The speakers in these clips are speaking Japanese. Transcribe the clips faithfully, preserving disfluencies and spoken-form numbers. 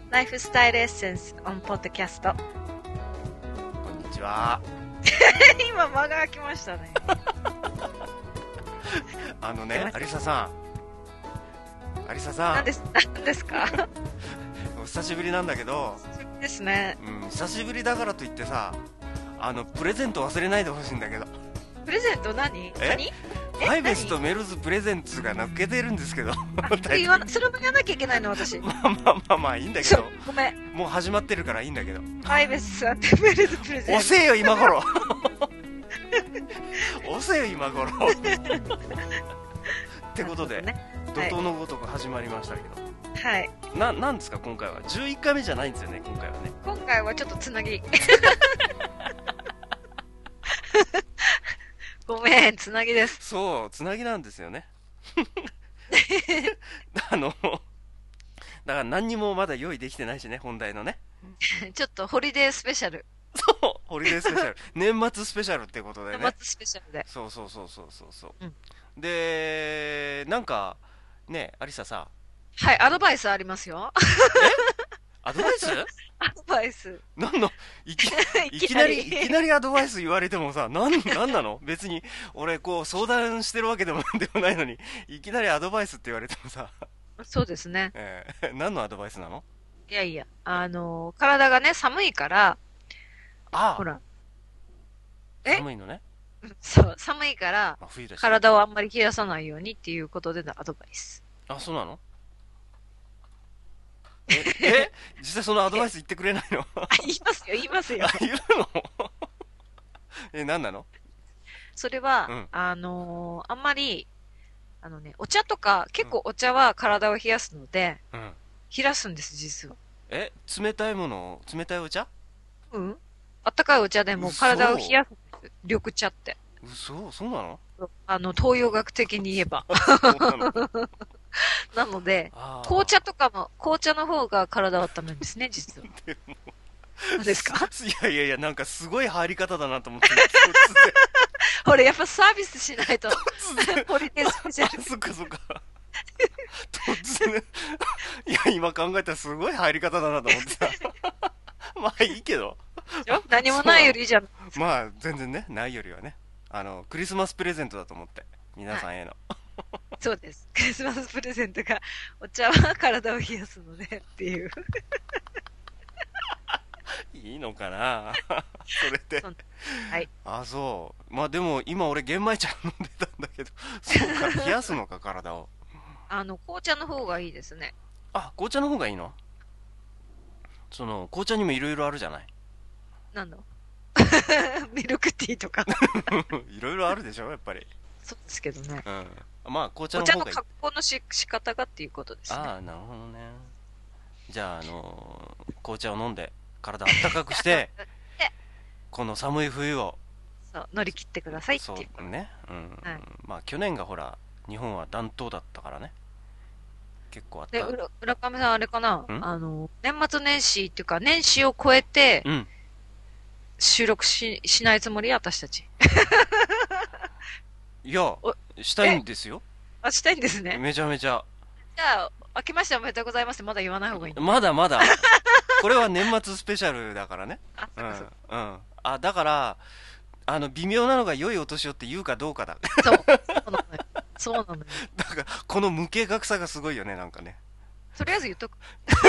ライフスタイルエッセンスオンポッドキャスト。 こんにちは。 今間が空きましたね。 あのね、アリサさん。アリサさん。 何です、何ですか？ お久しぶりなんだけど。 久しぶりですね。 うん、久しぶりだからといってさ、あの、プレゼント忘れないでほしいんだけど。 プレゼント何？ え何？ ハイベストメルズプレゼンツが抜けてるんですけど。 それ言わな、それも言わなきゃいけないの私。 まあまあまあまあいいんだけど。 ごめん。 もう始まってるからいいんだけど。 ハイベストメルズプレゼント。 押せよ今頃。押せよ今頃。ってことで、ね、怒涛のごとく始まりましたけど。 はい。 な、なんですか今回は。じゅういっかいめじゃないんですよね、今回はね。 今回はちょっとつなぎ。ごめん、つなぎです。 そう、つなぎなんですよね。あの、だから何にもまだ用意できてないしね、本題のね。 ちょっとホリデースペシャル。 そう、ホリデースペシャル。年末スペシャルってことでね。 年末スペシャルで。 そうそうそうそうそうそう、 うん。 で、なんか、ね、アリサさ。 はい、アドバイスありますよ。 えアドバイスアドバイス。 なんのいき、いきなり、いきなりアドバイス言われてもさ、なん、なんなの別に、俺、こう、相談してるわけでもでもないのに、いきなりアドバイスって言われてもさ。 そうですね。 えー、何のアドバイスなの？ いやいや、あのー、体がね、寒いから、 ああ。 ほら。え？ 寒いのね。 そう、寒いから、 まあ、冬だし、 体をあんまり冷やさないようにっていうことでのアドバイス。 あ、そうなの？え、え実際そのアドバイス言ってくれないの？ あ、言いますよ、言いますよ。 あ、言うの？え、何なの？ それは、うん、あのー、あんまり、あのね、お茶とか、結構お茶は体を冷やすので、うん、冷やすんです、実は。 え、冷たいもの、冷たいお茶？ うん。あったかいお茶でも体を冷やすんです。緑茶って。 嘘？そうなの？ あの、東洋学的に言えば。そうなの？なので、紅茶とかも、紅茶の方が体を温めるんですね、実は。でも何ですか？ いやいやいや、なんかすごい入り方だなと思って。 ほら、やっぱサービスしないと。ホリデースペシャル。 そっかそっか。突然。いや、今考えたらすごい入り方だなと思ってさ。まあいいけど。 何もないよりいいじゃん。 まあ、全然ね、ないよりはね。あの、クリスマスプレゼントだと思って。皆さんへの。はい、 そうです。クリスマスプレゼントが、お茶は体を冷やすのでっていう。 いいのかなそれで。 はい。 あ、そう。まあでも、今俺玄米茶飲んでたんだけど、そうか、冷やすのか、体を。 あの、紅茶の方がいいですね。 あ、紅茶の方がいいの？その、紅茶にもいろいろあるじゃない。 なんの？ミルクティーとか。 いろいろあるでしょ、やっぱり。 そうですけどね。 うん。まあ、紅茶の方がいい。 方がいい。 紅茶の発酵のし仕方がっていうことですね。 ああ、なるほどね。じゃあ、あのー、紅茶を飲んで、体あったかくして、この寒い冬を。 そう、乗り切ってくださいっていう。 そうね。うん。 はい、 まあ、去年がほら、日本は暖冬だったからね。結構あった。 で、浦上さんあれかな、あの、年末年始っていうか、年始を超えて、うん、収録し、しないつもり？私たち。 いや、したいんですよ。 あ、したいんですね。 めちゃめちゃ。 じゃあ、明けましておめでとうございますってまだ言わない方がいい。 まだまだ。これは年末スペシャルだからね。 あ、そうそう。 うん。うん。あ、だから、あの、微妙なのが良いお年をって言うかどうかだ。 そう。そうなのよ。そうなのよ。 だから、この無計画さがすごいよね、なんかね。 とりあえず言っとく。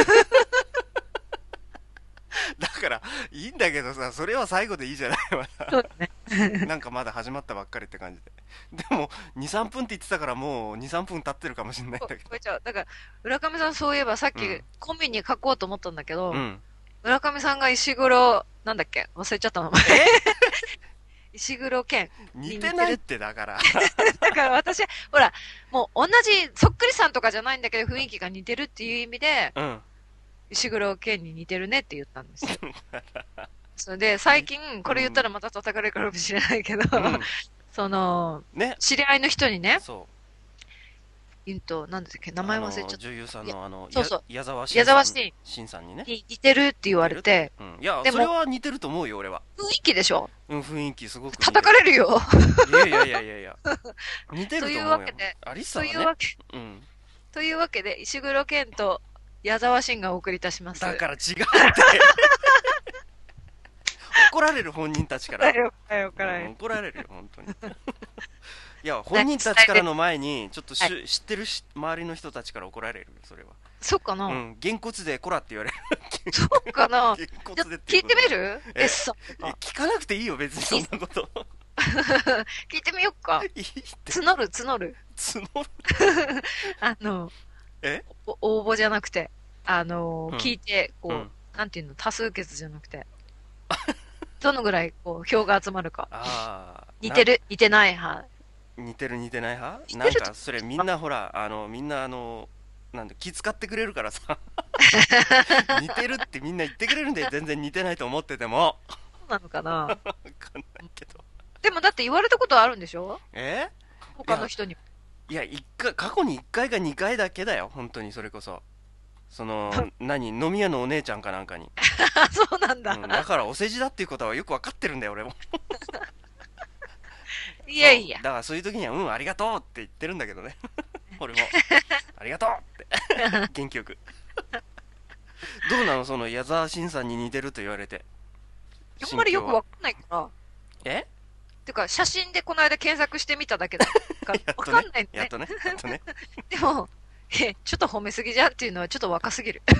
だから、いいんだけどさ、それは最後でいいじゃないわ。 そうだね。 なんかまだ始まったばっかりって感じで。でも、に、さんぷんって言ってたからもうに、さんぷん経ってるかもしれないんだけど。 だから、浦上さんそういえばさっき、うん、コンビニに書こうと思ったんだけど、うん、浦上さんが石黒、なんだっけ忘れちゃった名前。石黒健。 似てないってだから。 だから私、ほら、もう同じ、そっくりさんとかじゃないんだけど雰囲気が似てるっていう意味で、うん、石黒健に似てるねって言ったんですよ。それで、最近、これ言ったらまた叩かれるかもしれないけど、うん、その、ね、知り合いの人にね、そう言うと、なんだっけ、名前忘れちゃった。 女優さんのあの、 そうそう。 矢沢慎さんにね。 似てるって言われて。 うん。いや、それは似てると思うよ、俺は。 雰囲気でしょ？ うん、雰囲気すごく。 叩かれるよ。 いやいやいやいやいや。似てると思うよ。 というわけで、 アリサはね。 というわけ、うん。というわけで、石黒健と矢沢慎がお送りいたします。 だから違うって怒られる本人たちから。 よかよかうん、怒られるよ本当にいや本人たちからの前にちょっとし、はい、知ってるし周りの人たちから怒られるよそれは。 そうかな、 うん、げんこつでこらって言われるそうかなげんこつでって聞いてみる？ え聞かなくていいよ別にそんなこと聞いてみよっか。いいって募る募る募るあのえ応募じゃなくてあのーうん、聞いてこう、うん、なんていうの多数決じゃなくてどのぐらいこう票が集まるか。 あ似てる似てない派。 似てる似てない派。なんかそれみんなほらあのみんなあのなんだ気遣ってくれるからさ似てるってみんな言ってくれるんで全然似てないと思っててもそうなのかなわかんないけど。 でもだって言われたことあるんでしょ？ え他の人に。 いや一回過去にいっかいかにかいだけだよ本当に。それこそその何飲み屋のお姉ちゃんかなんかにそうなんだ、 うん、だからお世辞だっていうことはよく分かってるんだよ俺もいやいやだからそういう時にはうんありがとうって言ってるんだけどね俺もありがとうって元気よくどうなのその矢沢慎さんに似てると言われて。 あんまりよくわかんないから。 えてか写真でこの間検索してみただけだからわかんないね。 やっとねやっとねでもえちょっと褒めすぎじゃんっていうのはちょっと若すぎる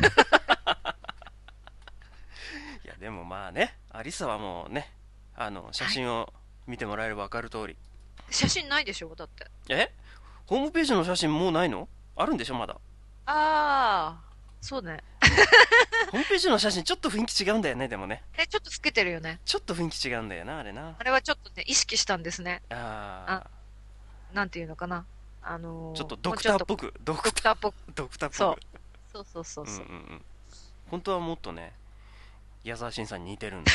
いやでもまあねアリサはもうねあの写真を見てもらえれば分かる通り、 写真ないでしょだって。 えホームページの写真もうないの？あるんでしょまだ。 ああそうねホームページの写真ちょっと雰囲気違うんだよねでもね。 えちょっと老けてるよね。 ちょっと雰囲気違うんだよなあれな。 あれはちょっとね意識したんですね。 ああなんていうのかなあのー、 ちょっとドクターっぽくドクターっぽくドクターっぽくそうそうそうそうそう、うんうんうん、 本当はもっとね矢沢慎さんに似てるんだよ、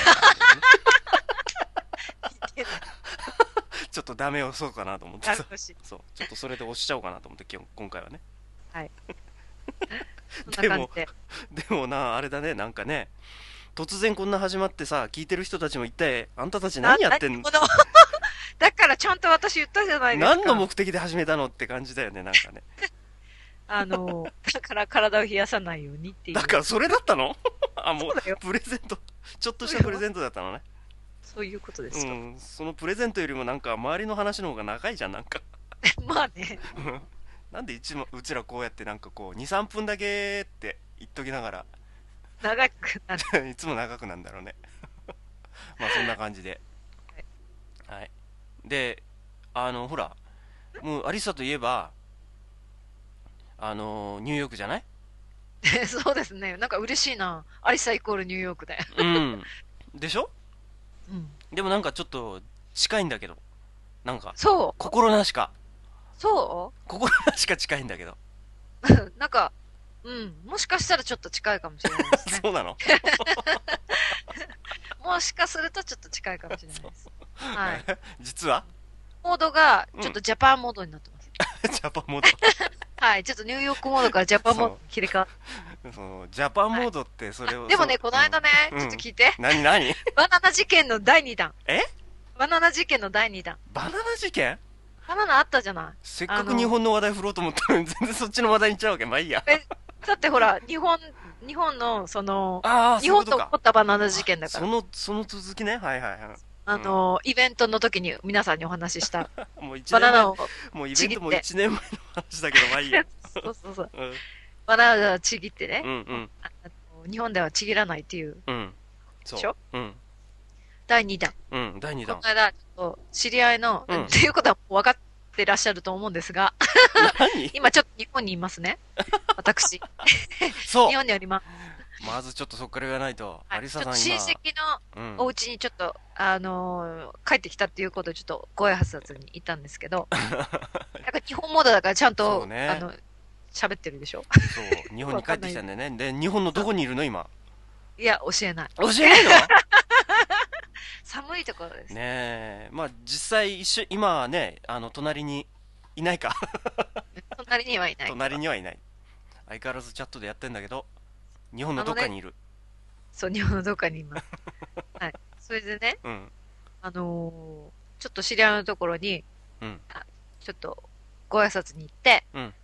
ね、ちょっとダメをそうかなと思ってさそうちょっとそれで押しちゃおうかなと思って今回はねはいでもでもなあれだねなんかね突然こんな始まってさ聞いてる人たちも一体あんたたち何やってんのだからちゃんと私言ったじゃないですか。 何の目的で始めたのって感じだよねなんかねあのだから体を冷やさないようにっていう。 だからそれだったのあもうプレゼントちょっとしたプレゼントだったのね。 そういうことですか、うん、 そのプレゼントよりもなんか周りの話の方が長いじゃんなんかまあねなんでうちもうちらこうやってなんかこう にさんぷんだけって言っときながら長くなるいつも長くなんだろうねまあそんな感じではい、はい、であのほらもうアリサといえばあのニューヨークじゃないそうですねなんか嬉しいなアリサイコールニューヨークでうんでしょ、 うん、 でもなんかちょっと近いんだけどなんかそう心なしかそう心なしか近いんだけどなんかうんもしかしたらちょっと近いかもしれないですねそうなのもしかするとちょっと近いかもしれないです、はい、 実はモードがちょっとジャパンモードになってます、 うん、ジャパンモードはいちょっとニューヨークモードからジャパンモードに切り替わってそうジャパンモードってそれを、 はい、でもねこの間ね、うん、ちょっと聞いて何何バナナ事件のだいにだんえバナナ事件のだいにだんバナナ事件バナナあったじゃない。 せっかく日本の話題振ろうと思ったのに全然そっちの話題に行っちゃうわけまあいいやえだってほら日本日本のそのあ日本と起こったバナナ事件だからそのその続きねはいはいはいあの、うん、イベントの時に皆さんにお話ししたもうバナナをもうイベントもいちねんまえの話だけどまあいいやそうそうそう、うん、バナナをちぎってね、 うんうん、 あの日本ではちぎらないっていう、 うん、そうでしょ、 うん、 だいにだん、 うん、だいにだんこの間ちょっと知り合いの、うん、っていうことは分かってらっしゃると思うんですが今ちょっと日本にいますね私そう日本におりますまずちょっとそこから言わないと、 はい、 アリサさん今親戚のお家にちょっと、うん、あのー、帰ってきたっていうことでちょっとご挨拶に行ったんですけどなんか日本モードだからちゃんと、ね、あの喋ってるでしょそう日本に帰ってきたんだよねで日本のどこにいるの今いや教えない教えないの寒いところですねえまあ実際一緒今はねあの隣にいないか隣にはいない隣にはいない相変わらずチャットでやってんだけど日本のどっかにいる、ね、 そう日本のどっかにいますはいそれでね、 うん、 あのー、ちょっと知り合いのところに、 うん、 ちょっとご挨拶に行って、 うん、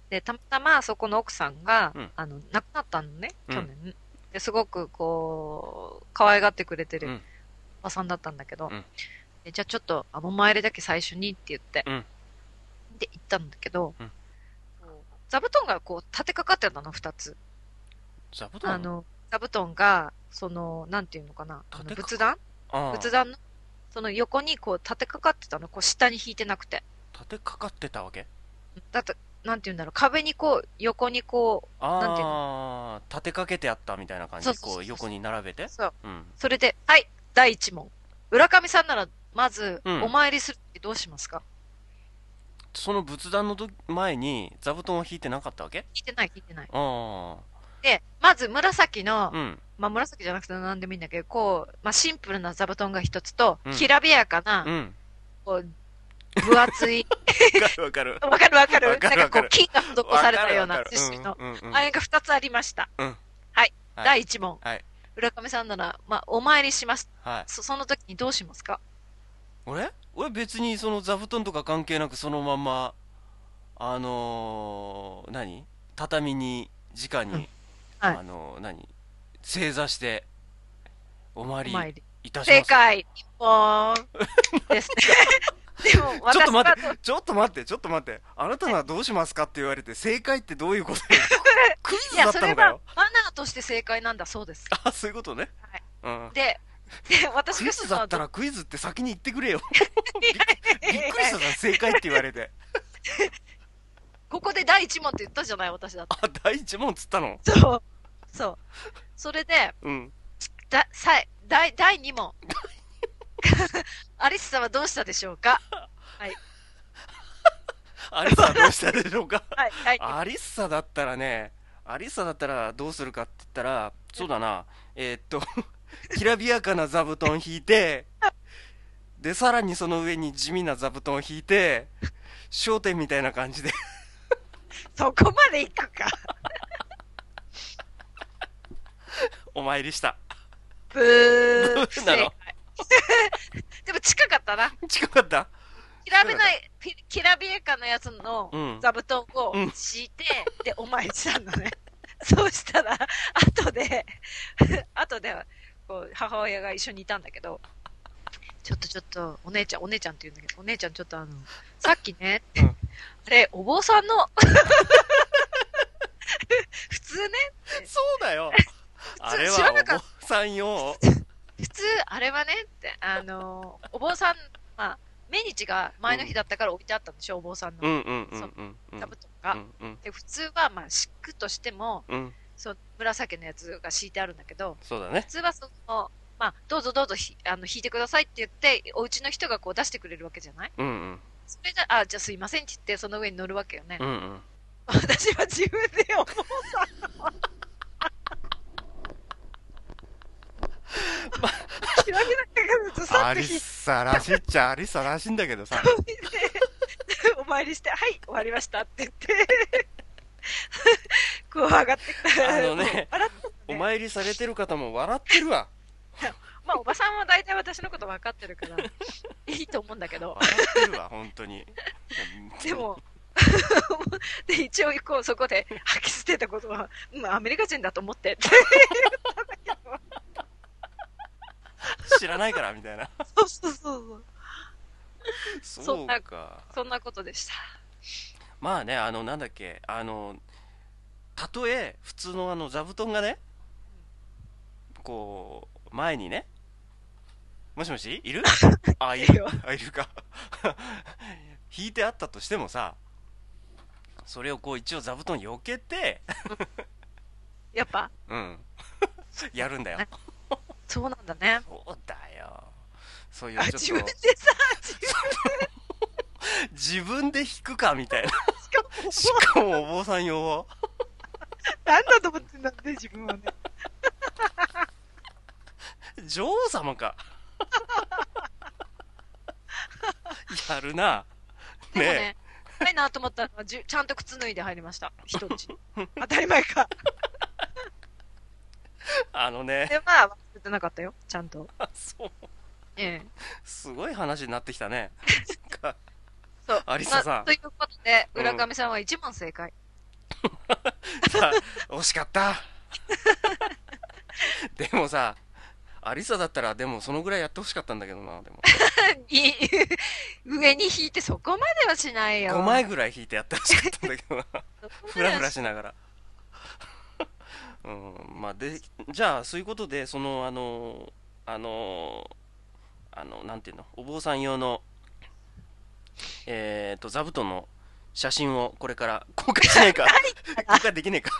で、たまたまそこの奥さんが、 うんあの、亡くなったのね、 うん去年。ですごく、こう、可愛がってくれてるうんおばさんだったんだけど、 うんでじゃあちょっと、あの、お参りだけ最初にって言って、 うんで、行ったんだけど、 うんこう座布団がこう、立てかかってたの、二つ。 座布団あの、座布団が、その、なんていうのかな、あの立てか仏壇ああ仏壇の、その横にこう、立てかかってたの、こう、下に引いてなくて。 立てかかってたわけ？ だって、なんていうんだろう、壁にこう、横にこう、なんていうのああ、立てかけてあったみたいな感じで、 そうそうそうそうこう横に並べて。 そう。 うん。 それで、はい、だいいち問。浦上さんなら、まず、 うんお参りするってどうしますか？ その仏壇の時前に座布団を引いてなかったわけ？ 聞いてない、聞いてない。 あで、まず紫の、 あ、うん。 まあ紫じゃなくて何でもいいんだけど、こう、まあシンプルな座布団が一つと、 うんきらびやかな、 うん。 こう、分厚い、 わかるわかる。 わかるわかるわかるなんかこう、 わかる金が施されたようなわかるわかる刺繍の、 うんうんうんあれが二つありました。 うんはい。 はいだいいち問。 はい。 浦上さんなら、まあ、お参りします。 はい。 そ、その時にどうしますか？ 俺俺別にその座布団とか関係なくそのまま、あのー、何畳に、直に、 うんはいあのー、何正座して、お参りお参り。 いたします。 正解一本ですね。でも、 ちょっと待って私は、 ちょっと待って、ちょっと待って。あなたのはどうしますかって言われて、正解ってどういうこと？クイズいや、 だっそれはたのかよ。 マナーとして正解なんだそうです。 あ、そういうことね。 はい。 うん。 で、で、私クイが知るのはズだったらクイズって先に言ってくれよ。びっびっくりしたじゃん、正解って言われて。 ここでだいいち問って言ったじゃない、私だって。 あ、第一問つったの？ そう。そう。それで、 うん。 だ、さい、だい、だいに問。アリスさんはどうしたでしょうか？はい。 アリッサはどうしたでしょうか？ はい。だいに問。 アリッサだったらね、アリッサだったらどうするかって言ったら、そうだな、えーっと、きらびやかな座布団引いて、で、さらにその上に地味な座布団を引いて、商店みたいな感じで、 そこまで行くか。 お参りした。 ブー。 ブーなの正解でも近かったな。 近かった？ きらびない、ききらびやかなやつのうん座布団をうん敷いて、で、お参りしたのね。そうしたら、後で、後で、こう、母親が一緒にいたんだけど、ちょっとちょっと、お姉ちゃん、お姉ちゃんって言うんだけど、お姉ちゃんちょっとあの、さっきね、 うんあれ、お坊さんの、普通ね、 そうだよ。あれ知らなかっはお坊さんよ。 普通、あれはね、って、あの、お坊さん、まあ、命日が前の日だったから置いてあったんでしょ、お坊さんのうんうんうんうんうん。 座布団が。 うんうんで、普通は、まあ、敷くとしても、 うん。 そう、紫のやつが敷いてあるんだけど、 そうだね普。通はその、まあ、どうぞどうぞひ、あの、引いてくださいって言って、お家の人がこう出してくれるわけじゃない？ うんうん。 それじゃ、あ、じゃあすいませんって言って、その上に乗るわけよね。 うんうん。 私は自分でお坊さんの、調べなきゃずさアリッっと引いて、 サらしいっちゃアリッサらしいんだけどさ。 お参りして、はい、終わりましたって言って、こう上がってきた。 あのね笑ってたおね。 参りされてる方も笑ってるわ。 まあ、おばさんは大体私のこと分かってるから、いいと思うんだけど。 笑ってるわ、本当に。 でも、で、一応、こう、そこで吐き捨てたことは、うん、アメリカ人だと思ってって言ったんだけど。 知らないからみたいな。 そうそうそうそう。 そうか。 そんなことでした。 まあね、あの、なんだっけ、あの、たとえ普通のあの座布団がね、こう、前にね、もしもしいる？あ、いるいるよ。 あ、いるか。引いてあったとしてもさ、それをこう一応座布団避けて、 やっぱ、 うん。やるんだよ。 そうなんだね。 そうだよ。そういうあ、 ちょっと自分で、さ、自分自分で引くかみたいな。 で、ししかもお坊さん用を。 なんだと思ってんだって、自分はね。 女王様か。やるな。 でもねね、 ないなと思ったのは、じゅちゃんと靴脱いで入りました。一日。当たり前か。 あのね、 で、まあ、忘れてなかったよ。ちゃんと。 あそう。 ええ。 すごい話になってきたね。 そう。 アリサさんまあということで、 うん浦上さんは一問正解。 さあ、惜しかった。でもさ、アリサだったら、でもそのぐらいやってほしかったんだけどな、でも。 い上に引いてそこまではしないよ。 ごまいぐらい引いてやってほしかったんだけどな。ふらふらしながら。うん、まあ、で、じゃあ、そういうことで、その、あの、あの、あの、なんていうの、お坊さん用の、えっと、座布団の写真をこれから公開しないか。公開できねえか。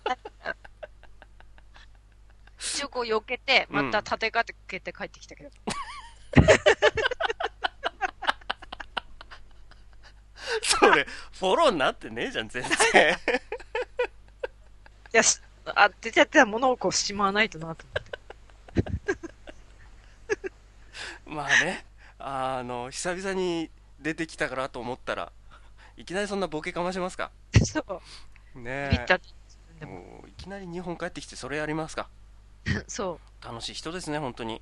一応こう避けて、 うんまた立てかけて帰ってきたけど。 それ、フォローになってねえじゃん、全然。 いや、しあ、出てたものをこうしまわないとなと思って。 まあね、あの、久々に出てきたからと思ったら、いきなりそんなボケかましますか。 そう。 ねえ。 ビッタでも。 もう、いきなり日本帰ってきてそれやりますか。 そ楽しい人ですね、本当に。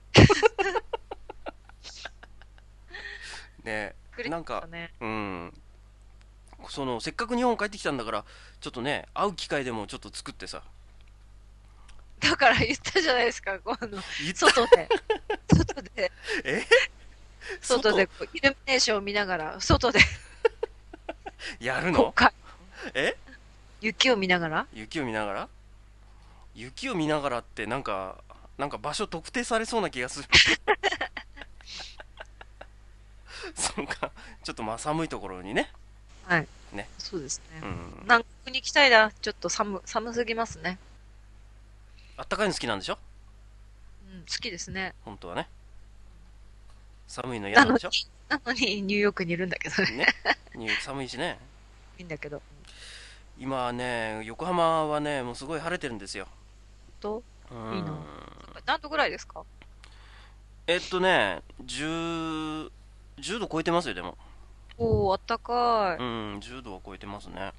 ねう。 え、なんか、 ね、 うん。その、せっかく日本帰ってきたんだから、ちょっとね、会う機会でもちょっと作ってさ。 だから言ったじゃないですか、この、 言った外で。外で。 え外でこう、イルミネーションを見ながら、外で。 やるの公開。 え雪を見ながら雪を見ながら雪を見ながらってなんか、なんか場所特定されそうな気がする。そうか。ちょっとまあ寒いところにね。 はい。 ね。 そうですね。 うん。 南国に行きたいな。ちょっと寒、寒すぎますね。 あったかいの好きなんでしょ。 うん、好きですね。 本当はね。寒いの嫌なのに、 なんでしょ。 なのにニューヨークにいるんだけどね。 ね。ニューヨーク寒いしね。 いいんだけど。 今はね、横浜はね、もうすごい晴れてるんですよ。 と、 ういいな。 ん。 何度ぐらいですか？ えっとね、じゅう、じゅうど超えてますよ、でも。 おー、あったかうん、じゅうどは超えてますね。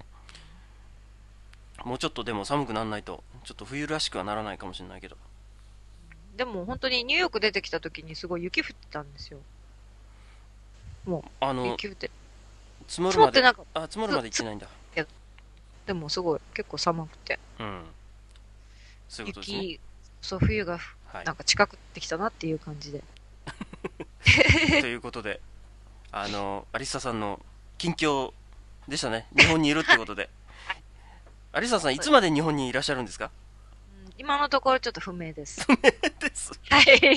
もうちょっとでも寒くならないと、ちょっと冬らしくはならないかもしれないけど。 い。でも本当にニューヨーク出てきた時にすごい雪降ってたんですよ。もう、 あの、 雪降って。 積もるまで、 積もってなんか、 あ、積もるまで行ってないんだ。 でもすごい、結構寒くて。 うん。そういうことですね。 雪、そう、冬がはい。 なんか近くってきたなっていう感じで。 ということで、あの、アリサさんの近況でしたね。日本にいるってことで。アリサさん、いつまで日本にいらっしゃるんですか。 うん、今のところちょっと不明です。 です。 はい、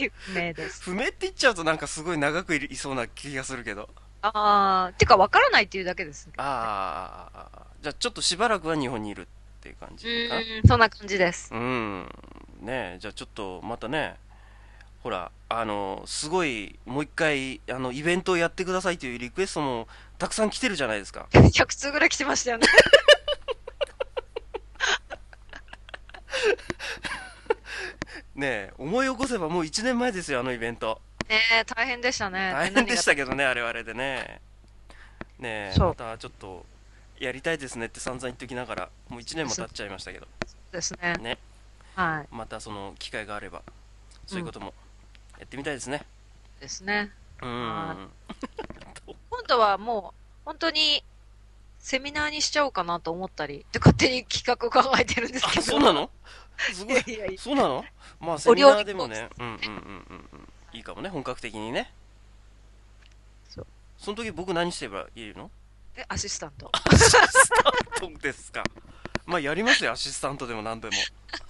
不明です。 不明って言っちゃうとなんかすごい長くいそうな気がするけど。 あー、てかわからないっていうだけです。 ああ、じゃあちょっとしばらくは日本にいるっていう感うじかな。 ーん、そんな感じです。 うん。ねえ、じゃあちょっとまたね、ほら、あの、すごい、もう一回、あの、イベントをやってくださいというリクエストもたくさん来てるじゃないですか。 ひゃく通ぐらい来てましたよね。 ねえ、思い起こせばもういちねんまえですよ、あのイベント。 ねえ、大変でしたね。 大変でしたけどね、あれはあれでね。ねえ、 そうまたちょっと、やりたいですねって散々言っときながら、もういちねんも経っちゃいましたけど。 ですね。 ね、 はい。 またその機会があれば、そういううん。 こともやってみたいですね。 ですね。 うーはい。 ん。 今度はもう、本当に、セミナーにしちゃおうかなと思ったり、で勝手に企画を考えてるんですけあ、 ど。 そうなの。すごい。 いやいやいや。 そうなの。まあ、セミお料理コース。 ナーでもね、うんうんうんうんうん。いいかもね、本格的にね。 そう。 その時僕何してればいいの。 え、アシスタント。 アシスタントですか。まあ、やりますよ、アシスタントでも何でも。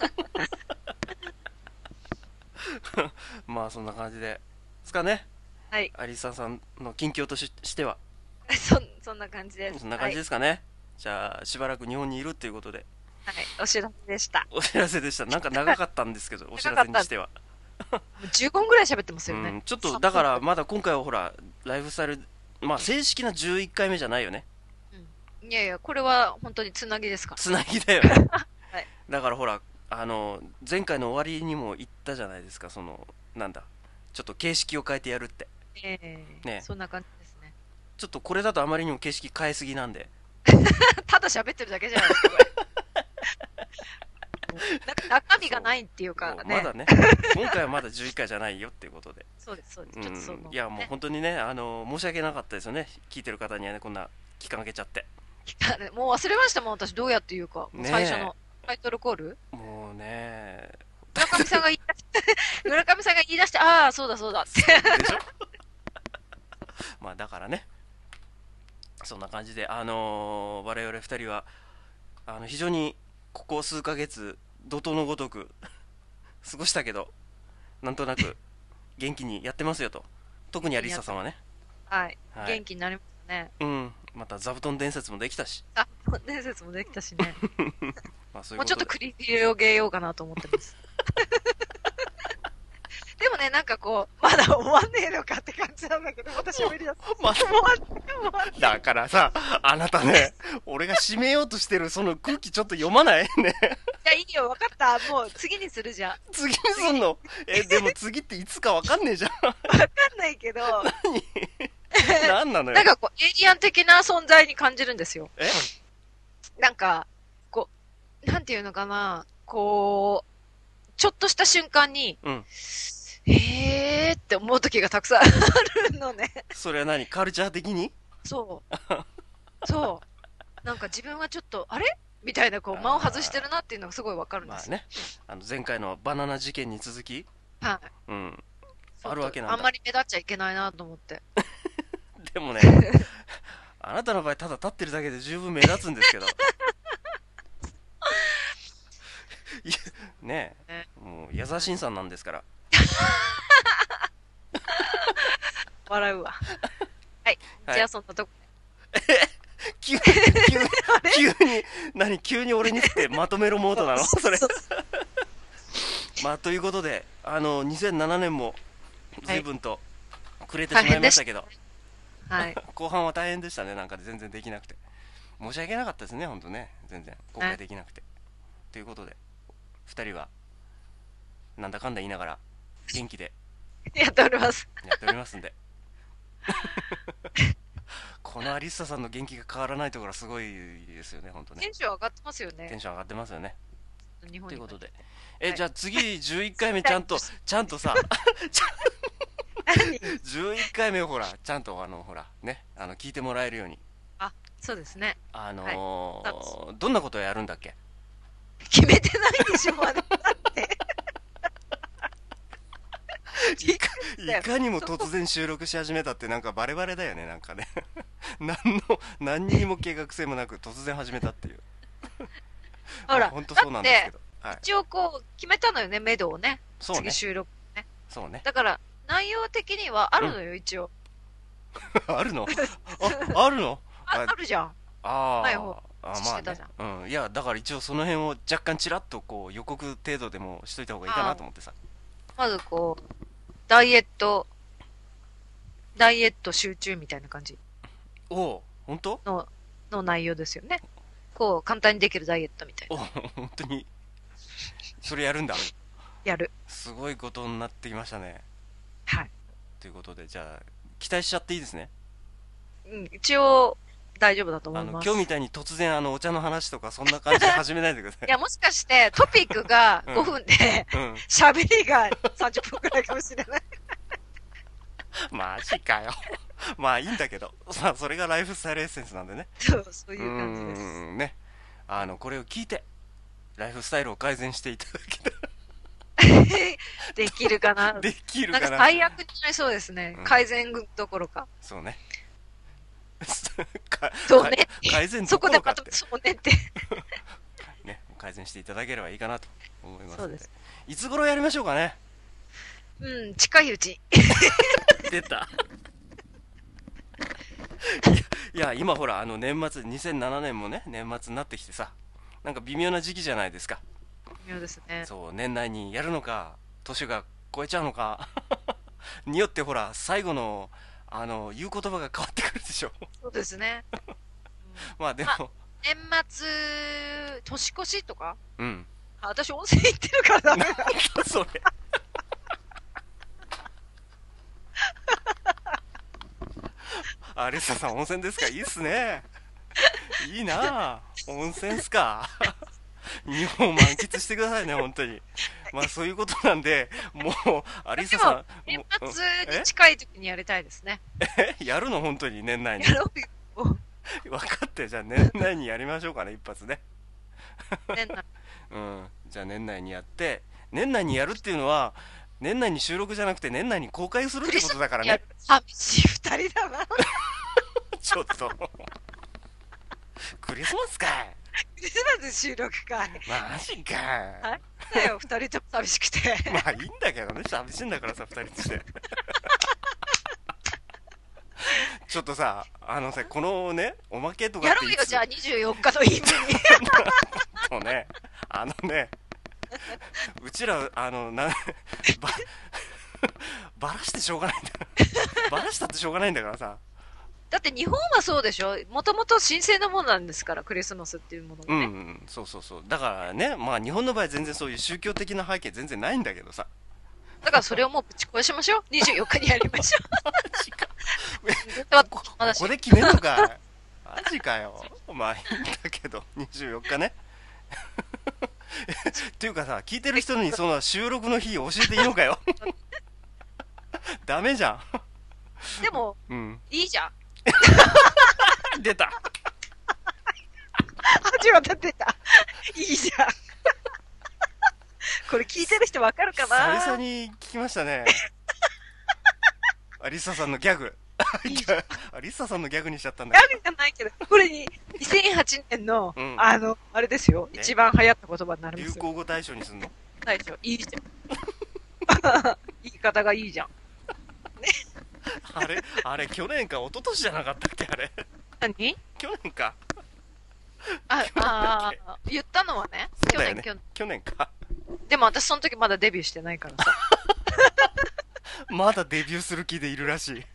まあ、そんな感じで。ですかね。 はい。 アリサさんの近況とし、しては。 そん、そんな感じです。 そんな感じはい。 ですかね。じゃあ、しばらく日本にいるっていうことで、 はい。お知らせでした。 お知らせでした。なんか長かったんですけど、お知ら長かった。もせにしては。 うじゅうごふんぐらい喋ってますよね。 うん、ちょっと、 さんだかぷんくらい。 らまだ今回はほら、ライフスタイル、まあ正式なじゅういっかいめじゃないよね。 うん。いやいや、これは本当につなぎですから。 つなぎだよね。 はい。 だからほら、あの、前回の終わりにも言ったじゃないですか、その、なんだ、ちょっと形式を変えてやるって。 ええ、 ね。 そんな感じですね。 ちょっとこれだとあまりにも形式変えすぎなんで。 ただ喋ってるだけじゃないですか、これ。もうなんか中身がないっていうかね。 まだね、今回はまだじゅういっかいじゃないよっていうことで。 そうです、そうです。 うちょっとその、 ん、いやもうね。 本当にね、あの、申し訳なかったですよね。聞いてる方にはね、こんな期間空けちゃって。 もう忘れましたもん、私どうやって言うか。 ねえ最初のタイトルコールもうね、 村上さんが言い出して、村上さんが言い出して、ああ、そうだそうだって。 でしょまあだからね、そんな感じで、あのー我々二人は、あの、非常にここ数ヶ月、怒涛のごとく過ごしたけど、なんとなく元気にやってますよと。特にアリサさんはね。 はい。 はい元気になりましたね。 うん。また座布団伝説もできたし。 あ、伝説もできたしね。 まあそういうもうちょっとことで。 繰り広げようかなと思ってます。でもね、なんかこう、まだ終わんねえのかって感じなんだけど、私喋り出す。 ま終わんねえ、終わんねえ。 だからさ、あなたね、俺が締めようとしてるその空気ちょっと読まないね。 いや、いいよ、わかった。もう次にするじゃん。 次にすんのえ、でも次っていつかわかんねえじゃん。 わかんないけど、 何なのよ。 なんかこう、エイリアン的な存在に感じるんですよ。 えなんか、こう、なんていうのかな、こう、ちょっとした瞬間に、 うん。 えーって思う時がたくさんあるのね。 それは何カルチャー的にそう。そう。なんか自分はちょっと、あれみたいな、こう、間を外してるなっていうのがすごいわかるんですよ。 まあね、あの前回のバナナ事件に続き、 はい。 うん、 そうあるわけなんだ。 あんまり目立っちゃいけないなと思って。 でもね、あなたの場合ただ立ってるだけで十分目立つんですけど。いやねえ、 ね、 もう矢沢慎さんなんですから。 笑うわ。はい。 はいじゃあそんなとこ。 急に、急に、急に、何急に俺に振ってまとめろモードなのそれ。 そうまあということで、あのにせんななねんも随分とくれてしまいましたけど、 はい。 後半は大変でしたね。なんか全然できなくて申し訳なかったですね、本当ね。全然公開できなくて、ということでふたりはなんだかんだ言いながら元気でやっております。 やっておりますんでこのアリッサさんの元気が変わらないところはすごいですよね、本当ね。 テンション上がってますよね。 テンション上がってますよね。 日本に。 ということで、え、 はい、 じゃあ次じゅういっかいめちゃんとちゃんとさじゅういっかいめをほらちゃんとあのほらね、あの聞いてもらえるように。 あ、そうですね。 あのーはい、 どんなことをやるんだっけ。 決めてないでしょ、まだ。だっていかいかにも突然収録し始めたってなんかバレバレだよね、なんかね。何の何にも計画性もなく突然始めたっていう。 ほら、 本当そうなんですけど、 はい、一応こう決めたのよね、メドをね。 そうね、 次収録ね。 そうね。 だから内容的にはあるのよ、うん、一応。 あるの？あ、あるの？ あ、あるじゃん。 あない方あ、まあね。うん、いやだから一応その辺を若干ちらっとこう予告程度でもしといた方がいいかなと思ってさ。 まずこうダイエットダイエット集中みたいな感じ。 おお、本当？ のの内容ですよね。こう簡単にできるダイエットみたいな。 お、本当にそれやるんだ。 やる。 すごいことになってきましたね。 はい。 ということで、じゃあ期待しちゃっていいですね。 うん、一応大丈夫だと思います。 あの今日みたいに突然あのお茶の話とかそんな感じで始めないでください。 いや、もしかしてトピックがごふんで喋、うん、りがさんじゅっぷんくらいかもしれない。 マジかよ。まあいいんだけど、まあそれがライフスタイルエッセンスなんでね。 そう、そういう感じです。 うんね、あのこれを聞いてライフスタイルを改善していただけたらできるかな。 できるかな。 なんか最悪になりそうですね。うん、改善どころか。 そうね。 そうね。 改善どころかって。 そこでまたそうねってね、改善していただければいいかなと思います。 そうです。 いつ頃やりましょうかね。 うん、近いうち。 出た。いや、いや今ほらあの年末にせんななねんもね年末になってきてさ、なんか微妙な時期じゃないですか。 微妙ですね。 そう、年内にやるのか年が超えちゃうのかによってほら最後のあの言う言葉が変わってくるでしょ。 そうですね。うん、 まあでも、ま、 年末年越しとか。 うん。 あ、私温泉行ってるからダメだ。 それ。アレッサさん温泉ですか。いいっすね。いいなあ、温泉っすか。日本を満喫してくださいね、本当に。まあそういうことなんで、もうアリサさん年末に近い時にやりたいですね。 えやるの本当に年内に。 やろうよ。 分かって、じゃあ年内にやりましょうかね、一発ね。 年内。 うん、じゃあ年内にやって、年内にやるっていうのは、年内に収録じゃなくて年内に公開するってことだからね。 寂しい二人だな。 ちょっと。クリスマスかい。 クリスマス収録会。 マジかい。 はいだよ、二人とも寂しくて。 まあいいんだけどね、寂しいんだからさ、二人して。ちょっとさ、あのさ、このね、おまけとかってやろうよ、じゃあにじゅうよっかのイブに。 とね、あのね、うちら、あの、な、ば、ばらしてしょうがないんだ。ばらしたってしょうがないんだからさ。 だって日本はそうでしょ、もともと神聖なものなんですから、クリスマスっていうものがね。 うん、うん、そうそうそう。だからね、まあ日本の場合全然そういう宗教的な背景全然ないんだけどさ。 だからそれをもうぶち壊しましょう。にじゅうよっかにやりましょう。 マジか。こここで決めるのか。マジかよ。まあいいんだけど、にじゅうよっかね。っていうかさ、聞いてる人にその収録の日教えていいのかよ。ダメじゃん。でも、 ん。うん。 いいじゃん。 出た。 初めて出た。いいじゃん。これ聞いてる人わかるかな。 久々に聞きましたね。アリサさんのギャグ。アリサさんのギャグにしちゃったんだけど。ギャグじゃないけど、これににせんはちねんの、うん、あの、あれですよ。一番流行った言葉になるんですよ。 流行語大賞にすんの？ 大賞。いいじゃん。言い方がいいじゃん。 ね。あれあれ、去年か一昨年じゃなかったっけあれ。 何？ 去年か。 あ、ああ、言ったのはね。 そうだよね。去年、去年か。 でも私その時まだデビューしてないからさ。 まだデビューする気でいるらしい。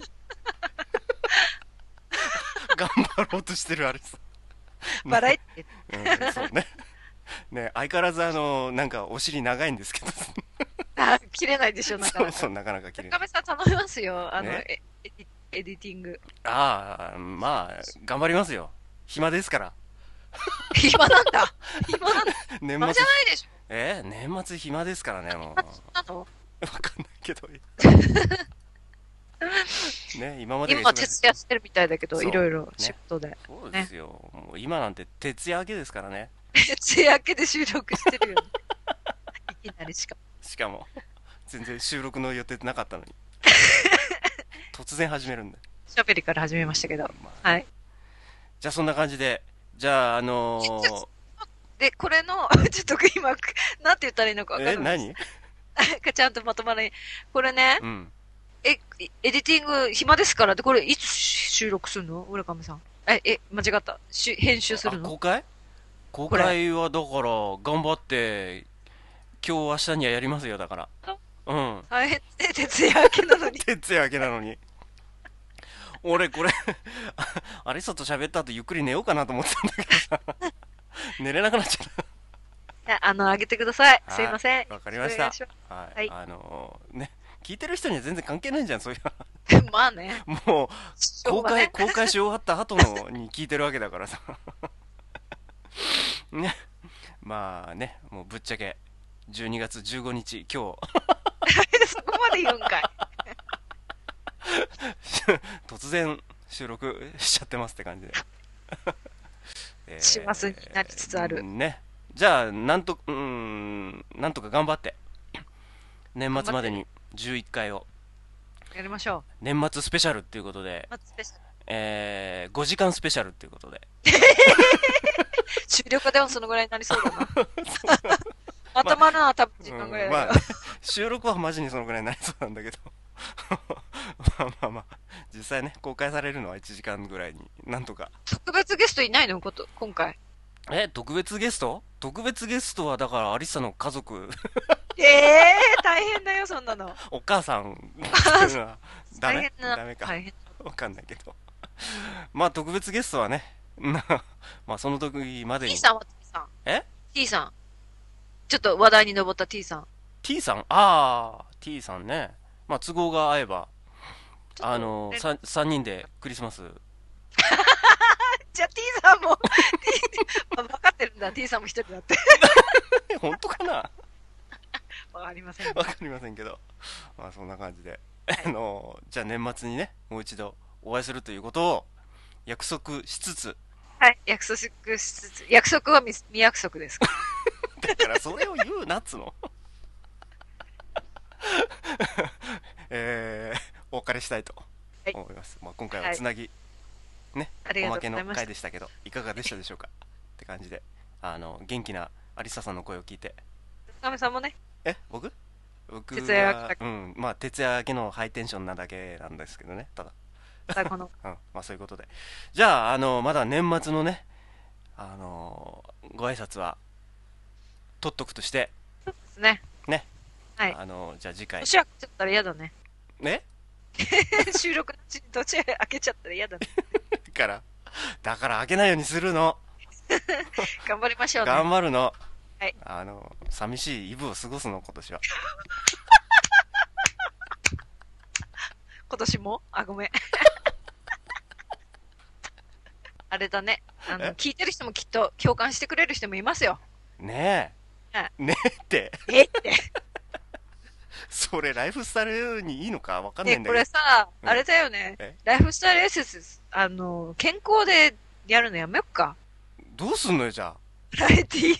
頑張ろうとしてるあれさ。 バラエティ、うん、そうね。ね、相変わらずあの、なんかお尻長いんですけど。 あ、切れないでしょ、なかなか。 そうそう、なかなか切れない。さん頼みますよ、あの、ね、エ, エディティング。 ああ、まあ、頑張りますよ。暇ですから。 暇なんだ。暇なんだ。 年末じゃないでしょ。 えー、年末暇ですからね、もう。 なの？ わかんないけど。ね、今まで今は徹夜してるみたいだけど、いろいろ仕事で、ね。 そうですよ。もう今なんて徹夜明けですからね。 徹夜明けで収録してるよね。いきなりしかも。 しかも、全然収録の予定なかったのに。突然始めるんで。 しゃべりから始めましたけど。まあ、はい。 じゃあそんな感じで、じゃああのー、 で、これの、ちょっと今、なんて言ったらいいのか分かんない。 え、 何ちゃんとまとまらない。これね、うん、え、エディティング暇ですからって、これいつ収録するの浦上さん。え、え、間違った。し編集するの？ 公開公開はだから、頑張って、今日明日にはやりますよ、だから。うん。 大変で、徹夜明けなのに。 徹夜明けなのに。俺、これ、アリサと喋った後ゆっくり寝ようかなと思ってたんだけどさ。寝れなくなっちゃった。 あの、あげてください。すいません。 わかりました。はい。はい、あのー、ね、聞いてる人には全然関係ないんじゃん、そういうの。まあね。 もう、公開、公開し終わった後のに聞いてるわけだからさ。ね。まあね、もうぶっちゃけ、じゅうにがつじゅうごにち、今日。 そこまで言うんかい。 突然収録しちゃってますって感じで。 えー、師走になりつつある。 ね。じゃあ、なんと、うん、なんとか頑張って、年末までにじゅういっかいを。 やりましょう。 年末スペシャルっていうことで、えー、ごじかんスペシャルっていうことで。 終了でもそのぐらいになりそうだな。まとまるのは多分時間ぐらいだけど、 まあ、収録はマジにそのぐらいになりそうなんだけど。まあまあまあ、実際ね、公開されるのはいちじかんぐらいになんとか。 特別ゲストいないのこと、今回。 え、特別ゲスト特別ゲストはだからアリサの家族。 ええー、大変だよ、そんなの。 お母さん。ダメダメか。わかんないけど。まあ特別ゲストはね、まあその時までに。 T さんは T さん。 え ?T さん。ちょっと話題に上った T さん。 T さんああ、T さんね。まあ都合が合えば、あの、さんにんでクリスマス。 じゃあ T さんも、分かってるんだ、T さんも一人だって。 本当かなわかりません。 わかりませんけど。まあそんな感じで。はい、あの、じゃあ年末にね、もう一度お会いするということを約束しつつ。 はい、約束しつつ、約束は未約束ですかだからそれを言うなっつの。えー、お別れしたいと思います。はい、まあ、今回はつなぎ、はい、ね、おまけの回でしたけど、いかがでしたでしょうかって感じで、あの元気なアリサさんの声を聞いて。 カメさんもね。 え、僕？僕は徹夜明け、 うん、まあ徹夜明けのハイテンションなだけなんですけどね、ただ。 ただこの、 うん、まあそういうことで。じゃあ、あのまだ年末のね、あのー、ご挨拶は取っとくとして。 そうですね。 ね。 はい。 あのー、じゃあ次回。 年明けちゃったら嫌だね。 ね収録のうちに途中開けちゃったら嫌だね。 だから、だから開けないようにするの。 頑張りましょうね。 頑張るの。 はい。 あの、寂しいイブを過ごすの、今年は。 今年もあ、ごめん。あれだね。あの、聞いてる人もきっと共感してくれる人もいますよ。 ねえ。 はい、 ねえって。 えって。 それ、ライフスタイルにいいのかわかんないんだけど。 ね、これさ、うん、あれだよね。ライフスタイルエッセンス、あの、健康でやるのやめよっか。 どうすんのよ、じゃあ。 ライティー。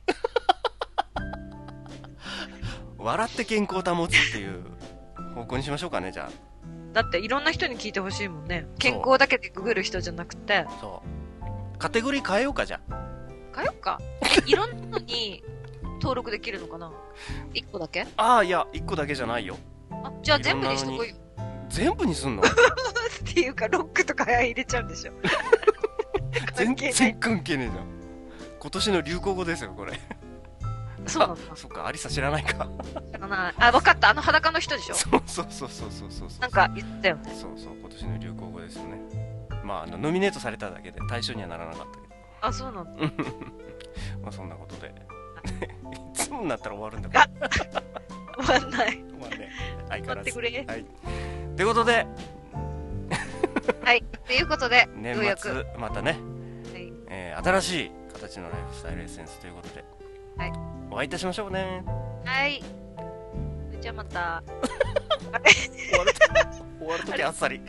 笑って健康を保つっていう方向にしましょうかね、じゃあ。 だっていろんな人に聞いてほしいもんね。健康だけでググる人じゃなくて。 そうカテゴリー変えようか、じゃあ。 変えようか。いろんなのに登録できるのかな。いっこだけ？ ああ、いや、いっこだけじゃないよ。 あ、じゃあ全部にしとこうよ。 全部にすんのっていうか、ロックとか入れちゃうんでしょ。 全然関係ねえじゃん。今年の流行語ですよ、これ。 そうなんだ。 そっか、アリサ知らないか。 知らない。あ、分かった。あの裸の人でしょ。 そうそうそうそうそうそう。 なんか言ったよね。 そうそう、今年の流行語ですよね。まあ、あのノミネートされただけで対象にはならなかったけど。 あ、そうなんだ。 まあそんなことで。いつもになったら終わるんだから。 終わんない。 終わんない。相変わらず。 待ってくれ。 はい。ということで。 はい。ということで、 年末またね、はいえー、新しい形のライフスタイルエッセンスということで、はい、お会いいたしましょうね。 はい。じゃあまた。 あれ終わる終わるときあっさり。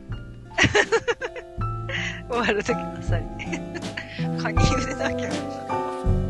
終わるときあっさり。カニ茹でなきゃ。